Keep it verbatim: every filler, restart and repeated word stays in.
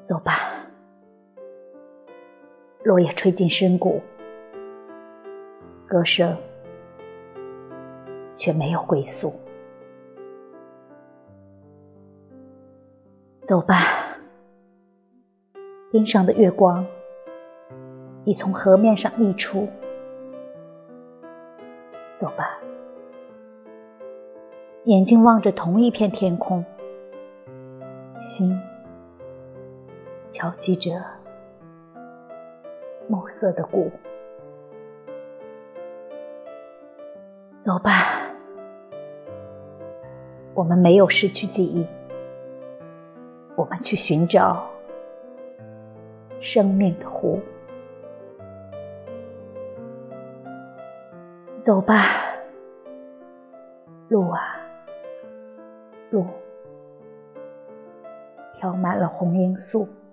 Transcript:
走吧，落叶吹进深谷，歌声却没有归宿。走吧，天上的月光已从河面上溢出。走吧，眼睛望着同一片天空，心敲击着暮色的鼓。走吧，我们没有失去记忆，我们去寻找生命的湖。走吧，路啊路，飘满了红罂粟。